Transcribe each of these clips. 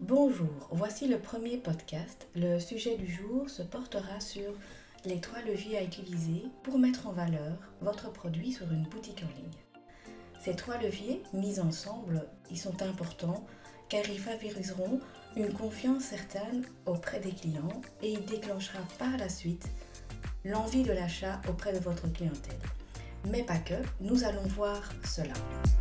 Bonjour, voici le premier podcast. Le sujet du jour se portera sur les 3 leviers à utiliser pour mettre en valeur votre produit sur une boutique en ligne. Ces 3 leviers, mis ensemble, ils sont importants car ils favoriseront une confiance certaine auprès des clients et ils déclenchera par la suite l'envie de l'achat auprès de votre clientèle. Mais pas que, nous allons voir cela.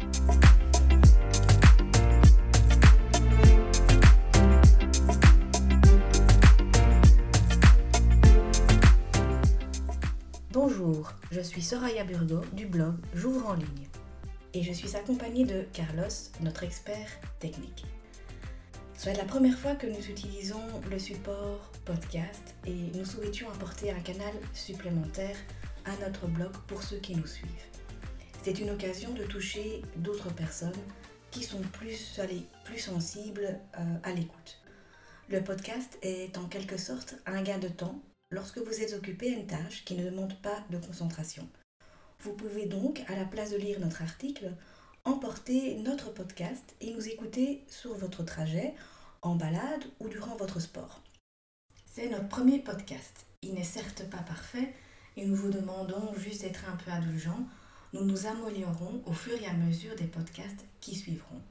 Bonjour, je suis Soraya Burgo du blog J'ouvre en ligne et je suis accompagnée de Carlos, notre expert technique. C'est la première fois que nous utilisons le support podcast et nous souhaitions apporter un canal supplémentaire à notre blog pour ceux qui nous suivent. C'est une occasion de toucher d'autres personnes qui sont plus sensibles à l'écoute. Le podcast est en quelque sorte un gain de temps lorsque vous êtes occupé à une tâche qui ne demande pas de concentration. Vous pouvez donc, à la place de lire notre article, emporter notre podcast et nous écouter sur votre trajet, en balade ou durant votre sport. C'est notre premier podcast. Il n'est certes pas parfait et nous vous demandons juste d'être un peu indulgents. Nous nous améliorerons au fur et à mesure des podcasts qui suivront.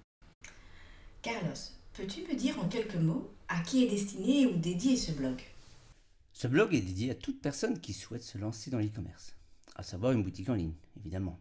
Carlos, peux-tu me dire en quelques mots à qui est destiné ou dédié ce blog ? Ce blog est dédié à toute personne qui souhaite se lancer dans l'e-commerce, à savoir une boutique en ligne, évidemment.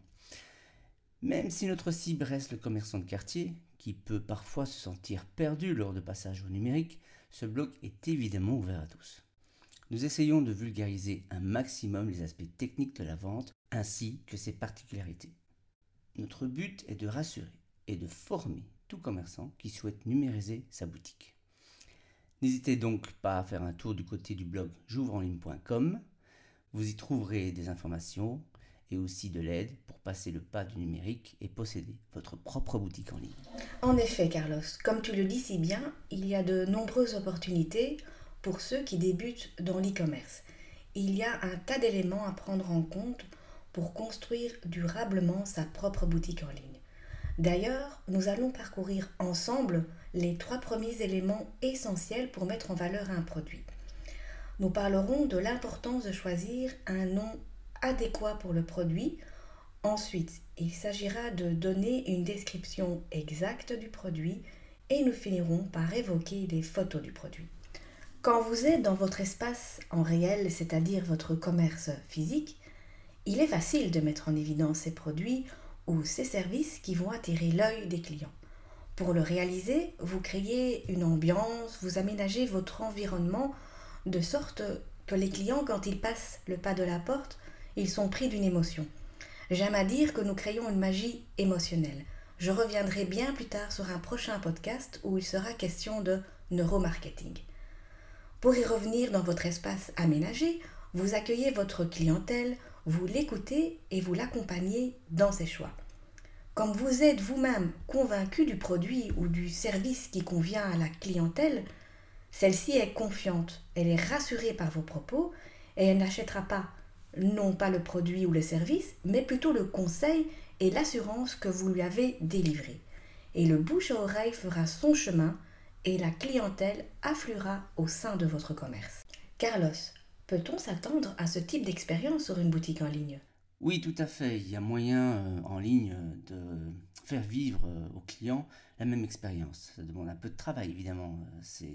Même si notre cible reste le commerçant de quartier, qui peut parfois se sentir perdu lors de passage au numérique, ce blog est évidemment ouvert à tous. Nous essayons de vulgariser un maximum les aspects techniques de la vente, ainsi que ses particularités. Notre but est de rassurer et de former tout commerçant qui souhaite numériser sa boutique. N'hésitez donc pas à faire un tour du côté du blog j'ouvre-en-ligne.com. Vous y trouverez des informations et aussi de l'aide pour passer le pas du numérique et posséder votre propre boutique en ligne. En effet, Carlos, comme tu le dis si bien, il y a de nombreuses opportunités pour ceux qui débutent dans l'e-commerce. Il y a un tas d'éléments à prendre en compte pour construire durablement sa propre boutique en ligne. D'ailleurs, nous allons parcourir ensemble les 3 premiers éléments essentiels pour mettre en valeur un produit. Nous parlerons de l'importance de choisir un nom adéquat pour le produit. Ensuite, il s'agira de donner une description exacte du produit et nous finirons par évoquer les photos du produit. Quand vous êtes dans votre espace en réel, c'est-à-dire votre commerce physique, il est facile de mettre en évidence ces produits ou ces services qui vont attirer l'œil des clients. Pour le réaliser, vous créez une ambiance, vous aménagez votre environnement de sorte que les clients, quand ils passent le pas de la porte, ils sont pris d'une émotion. J'aime à dire que nous créons une magie émotionnelle. Je reviendrai bien plus tard sur un prochain podcast où il sera question de neuromarketing. Pour y revenir dans votre espace aménagé, vous accueillez votre clientèle, vous l'écoutez et vous l'accompagnez dans ses choix. Comme vous êtes vous-même convaincu du produit ou du service qui convient à la clientèle, celle-ci est confiante, elle est rassurée par vos propos et elle n'achètera pas, non pas le produit ou le service, mais plutôt le conseil et l'assurance que vous lui avez délivré. Et le bouche à oreille fera son chemin et la clientèle affluera au sein de votre commerce. Carlos, peut-on s'attendre à ce type d'expérience sur une boutique en ligne ? Oui, tout à fait. Il y a moyen en ligne de faire vivre aux clients la même expérience. Ça demande un peu de travail, évidemment. C'est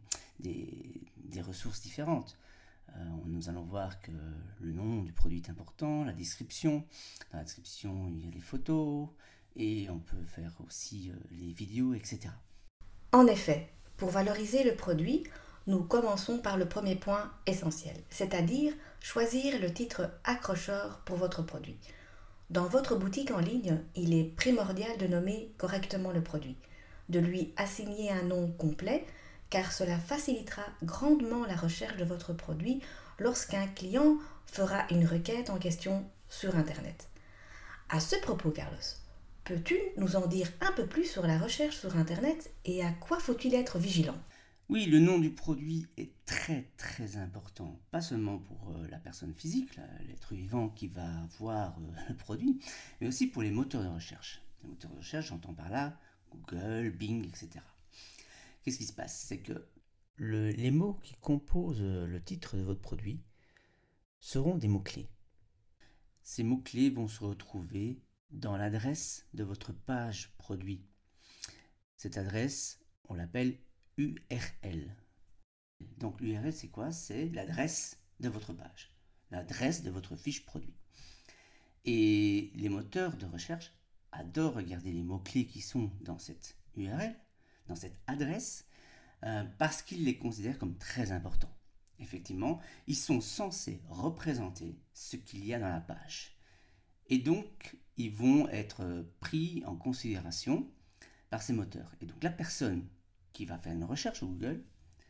des ressources différentes. Nous allons voir que le nom du produit est important, la description. Dans la description, il y a les photos et on peut faire aussi les vidéos, etc. En effet, pour valoriser le produit, nous commençons par le premier point essentiel, c'est-à-dire choisir le titre accrocheur pour votre produit. Dans votre boutique en ligne, il est primordial de nommer correctement le produit, de lui assigner un nom complet, car cela facilitera grandement la recherche de votre produit lorsqu'un client fera une requête en question sur Internet. À ce propos, Carlos, peux-tu nous en dire un peu plus sur la recherche sur Internet et à quoi faut-il être vigilant ? Oui, le nom du produit est très très important, pas seulement pour la personne physique, l'être vivant qui va voir le produit, mais aussi pour les moteurs de recherche. Les moteurs de recherche, j'entends par là Google, Bing, etc. qu'est-ce qui se passe? C'est que les mots qui composent le titre de votre produit seront des mots-clés. Ces mots-clés vont se retrouver dans l'adresse de votre page produit. Cette adresse, on l'appelle URL. Donc l'URL, c'est quoi? C'est l'adresse de votre page, l'adresse de votre fiche produit. Et les moteurs de recherche adorent regarder les mots-clés qui sont dans cette URL, dans cette adresse, parce qu'ils les considèrent comme très importants. Effectivement, ils sont censés représenter ce qu'il y a dans la page. Et donc, ils vont être pris en considération par ces moteurs. Et donc, la personne qui va faire une recherche sur Google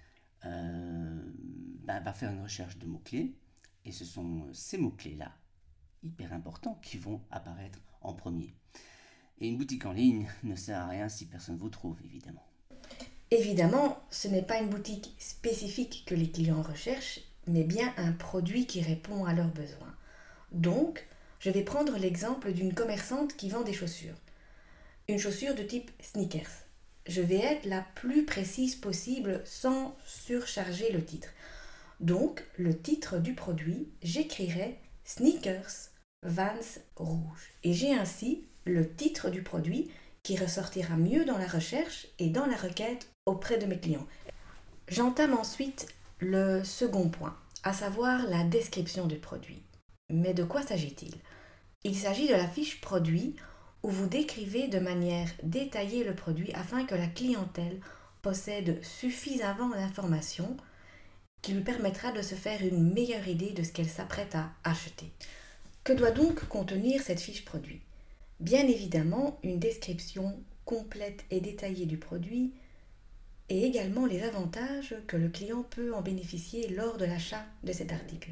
va faire une recherche de mots-clés. Et ce sont ces mots-clés-là, hyper importants, qui vont apparaître en premier. Et une boutique en ligne ne sert à rien si personne ne vous trouve, évidemment. Évidemment, ce n'est pas une boutique spécifique que les clients recherchent, mais bien un produit qui répond à leurs besoins. Donc, je vais prendre l'exemple d'une commerçante qui vend des chaussures. Une chaussure de type sneakers. Je vais être la plus précise possible sans surcharger le titre. Donc, le titre du produit, j'écrirai Sneakers Vans rouge. Et j'ai ainsi le titre du produit qui ressortira mieux dans la recherche et dans la requête auprès de mes clients. J'entame ensuite le second point, à savoir la description du produit. Mais de quoi s'agit-il? Il s'agit de la fiche produit où vous décrivez de manière détaillée le produit afin que la clientèle possède suffisamment d'informations qui lui permettra de se faire une meilleure idée de ce qu'elle s'apprête à acheter. Que doit donc contenir cette fiche produit? Bien évidemment, une description complète et détaillée du produit et également les avantages que le client peut en bénéficier lors de l'achat de cet article.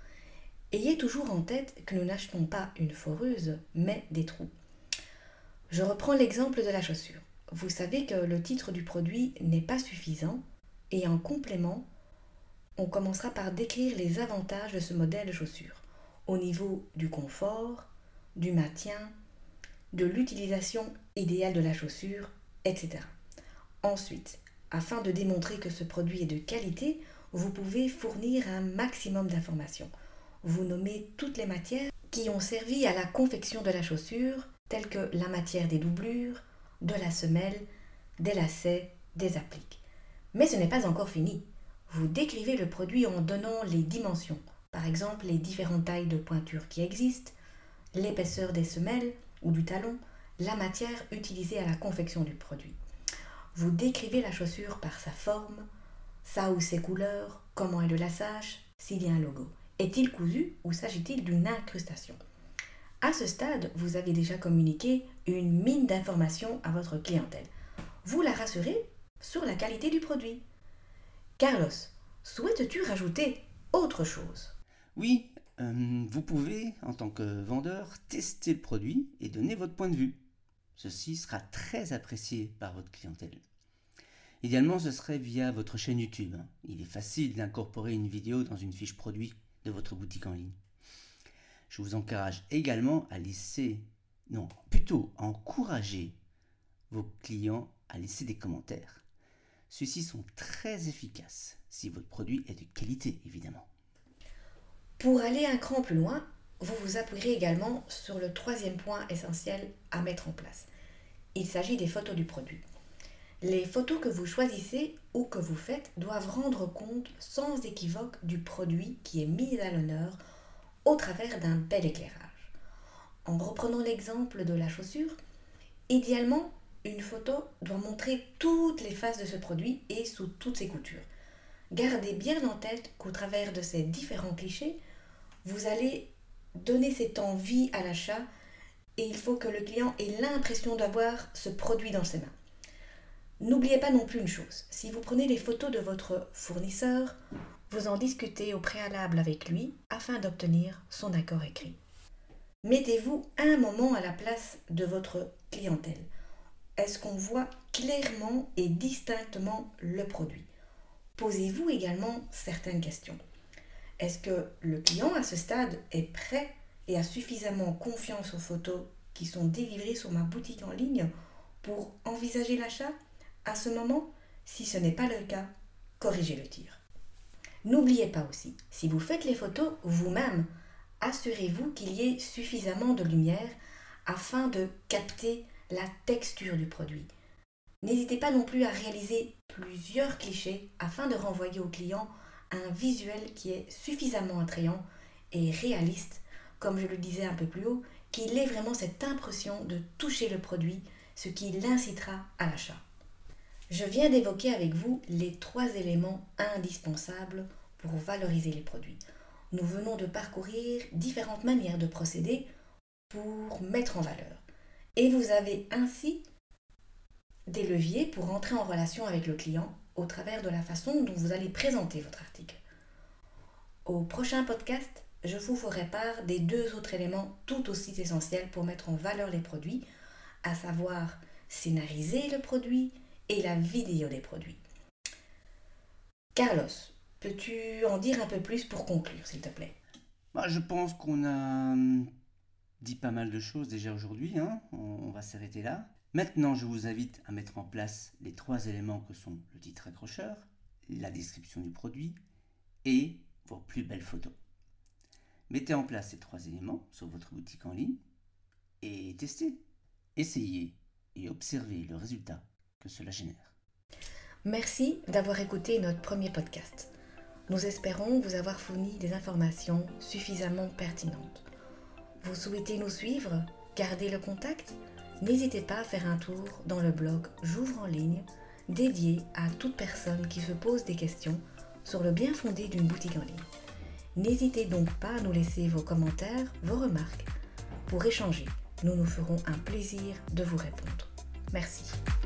Ayez toujours en tête que nous n'achetons pas une foreuse, mais des trous. Je reprends l'exemple de la chaussure. Vous savez que le titre du produit n'est pas suffisant et en complément, on commencera par décrire les avantages de ce modèle de chaussure au niveau du confort, du maintien, de l'utilisation idéale de la chaussure, etc. Ensuite, afin de démontrer que ce produit est de qualité, vous pouvez fournir un maximum d'informations. Vous nommez toutes les matières qui ont servi à la confection de la chaussure, telles que la matière des doublures, de la semelle, des lacets, des appliques. Mais ce n'est pas encore fini. Vous décrivez le produit en donnant les dimensions, par exemple les différentes tailles de pointure qui existent, l'épaisseur des semelles ou du talon, la matière utilisée à la confection du produit. Vous décrivez la chaussure par sa forme, sa ou ses couleurs, comment est le laçage, s'il y a un logo. Est-il cousu ou s'agit-il d'une incrustation? À ce stade, vous avez déjà communiqué une mine d'informations à votre clientèle. Vous la rassurez sur la qualité du produit. Carlos, souhaites-tu rajouter autre chose? Oui, vous pouvez, en tant que vendeur, tester le produit et donner votre point de vue. Ceci sera très apprécié par votre clientèle. Idéalement, ce serait via votre chaîne YouTube. Il est facile d'incorporer une vidéo dans une fiche produit de votre boutique en ligne. Je vous encourage également à encourager vos clients à laisser des commentaires. Ceux-ci sont très efficaces si votre produit est de qualité, évidemment. Pour aller un cran plus loin, vous vous appuierez également sur le troisième point essentiel à mettre en place. Il s'agit des photos du produit. Les photos que vous choisissez ou que vous faites doivent rendre compte sans équivoque du produit qui est mis à l'honneur au travers d'un bel éclairage. En reprenant l'exemple de la chaussure, idéalement, une photo doit montrer toutes les faces de ce produit et sous toutes ses coutures. Gardez bien en tête qu'au travers de ces différents clichés, vous allez donner cette envie à l'achat et il faut que le client ait l'impression d'avoir ce produit dans ses mains. N'oubliez pas non plus une chose, si vous prenez les photos de votre fournisseur, vous en discutez au préalable avec lui afin d'obtenir son accord écrit. Mettez-vous un moment à la place de votre clientèle. Est-ce qu'on voit clairement et distinctement le produit? Posez-vous également certaines questions. Est-ce que le client à ce stade est prêt et a suffisamment confiance aux photos qui sont délivrées sur ma boutique en ligne pour envisager l'achat? À ce moment, Si ce n'est pas le cas, corrigez le tir. N'oubliez pas aussi, si vous faites les photos vous-même, assurez-vous qu'il y ait suffisamment de lumière afin de capter la texture du produit. N'hésitez pas non plus à réaliser plusieurs clichés afin de renvoyer au client un visuel qui est suffisamment attrayant et réaliste, comme je le disais un peu plus haut, qu'il ait vraiment cette impression de toucher le produit, ce qui l'incitera à l'achat. Je viens d'évoquer avec vous les 3 éléments indispensables pour valoriser les produits. Nous venons de parcourir différentes manières de procéder pour mettre en valeur. Et vous avez ainsi des leviers pour entrer en relation avec le client au travers de la façon dont vous allez présenter votre article. Au prochain podcast, je vous ferai part des 2 autres éléments tout aussi essentiels pour mettre en valeur les produits, à savoir scénariser le produit et la vidéo des produits. Carlos, peux-tu en dire un peu plus pour conclure, s'il te plaît ? Je pense qu'on a dit pas mal de choses déjà aujourd'hui, on va s'arrêter là. Maintenant, je vous invite à mettre en place les 3 éléments que sont le titre accrocheur, la description du produit et vos plus belles photos. Mettez en place ces 3 éléments sur votre boutique en ligne et testez. Essayez et observez le résultat que cela génère. Merci d'avoir écouté notre premier podcast. Nous espérons vous avoir fourni des informations suffisamment pertinentes. Vous souhaitez nous suivre, garder le contact ? N'hésitez pas à faire un tour dans le blog J'ouvre en ligne, dédié à toute personne qui se pose des questions sur le bien fondé d'une boutique en ligne. N'hésitez donc pas à nous laisser vos commentaires, vos remarques. Pour échanger, nous nous ferons un plaisir de vous répondre. Merci.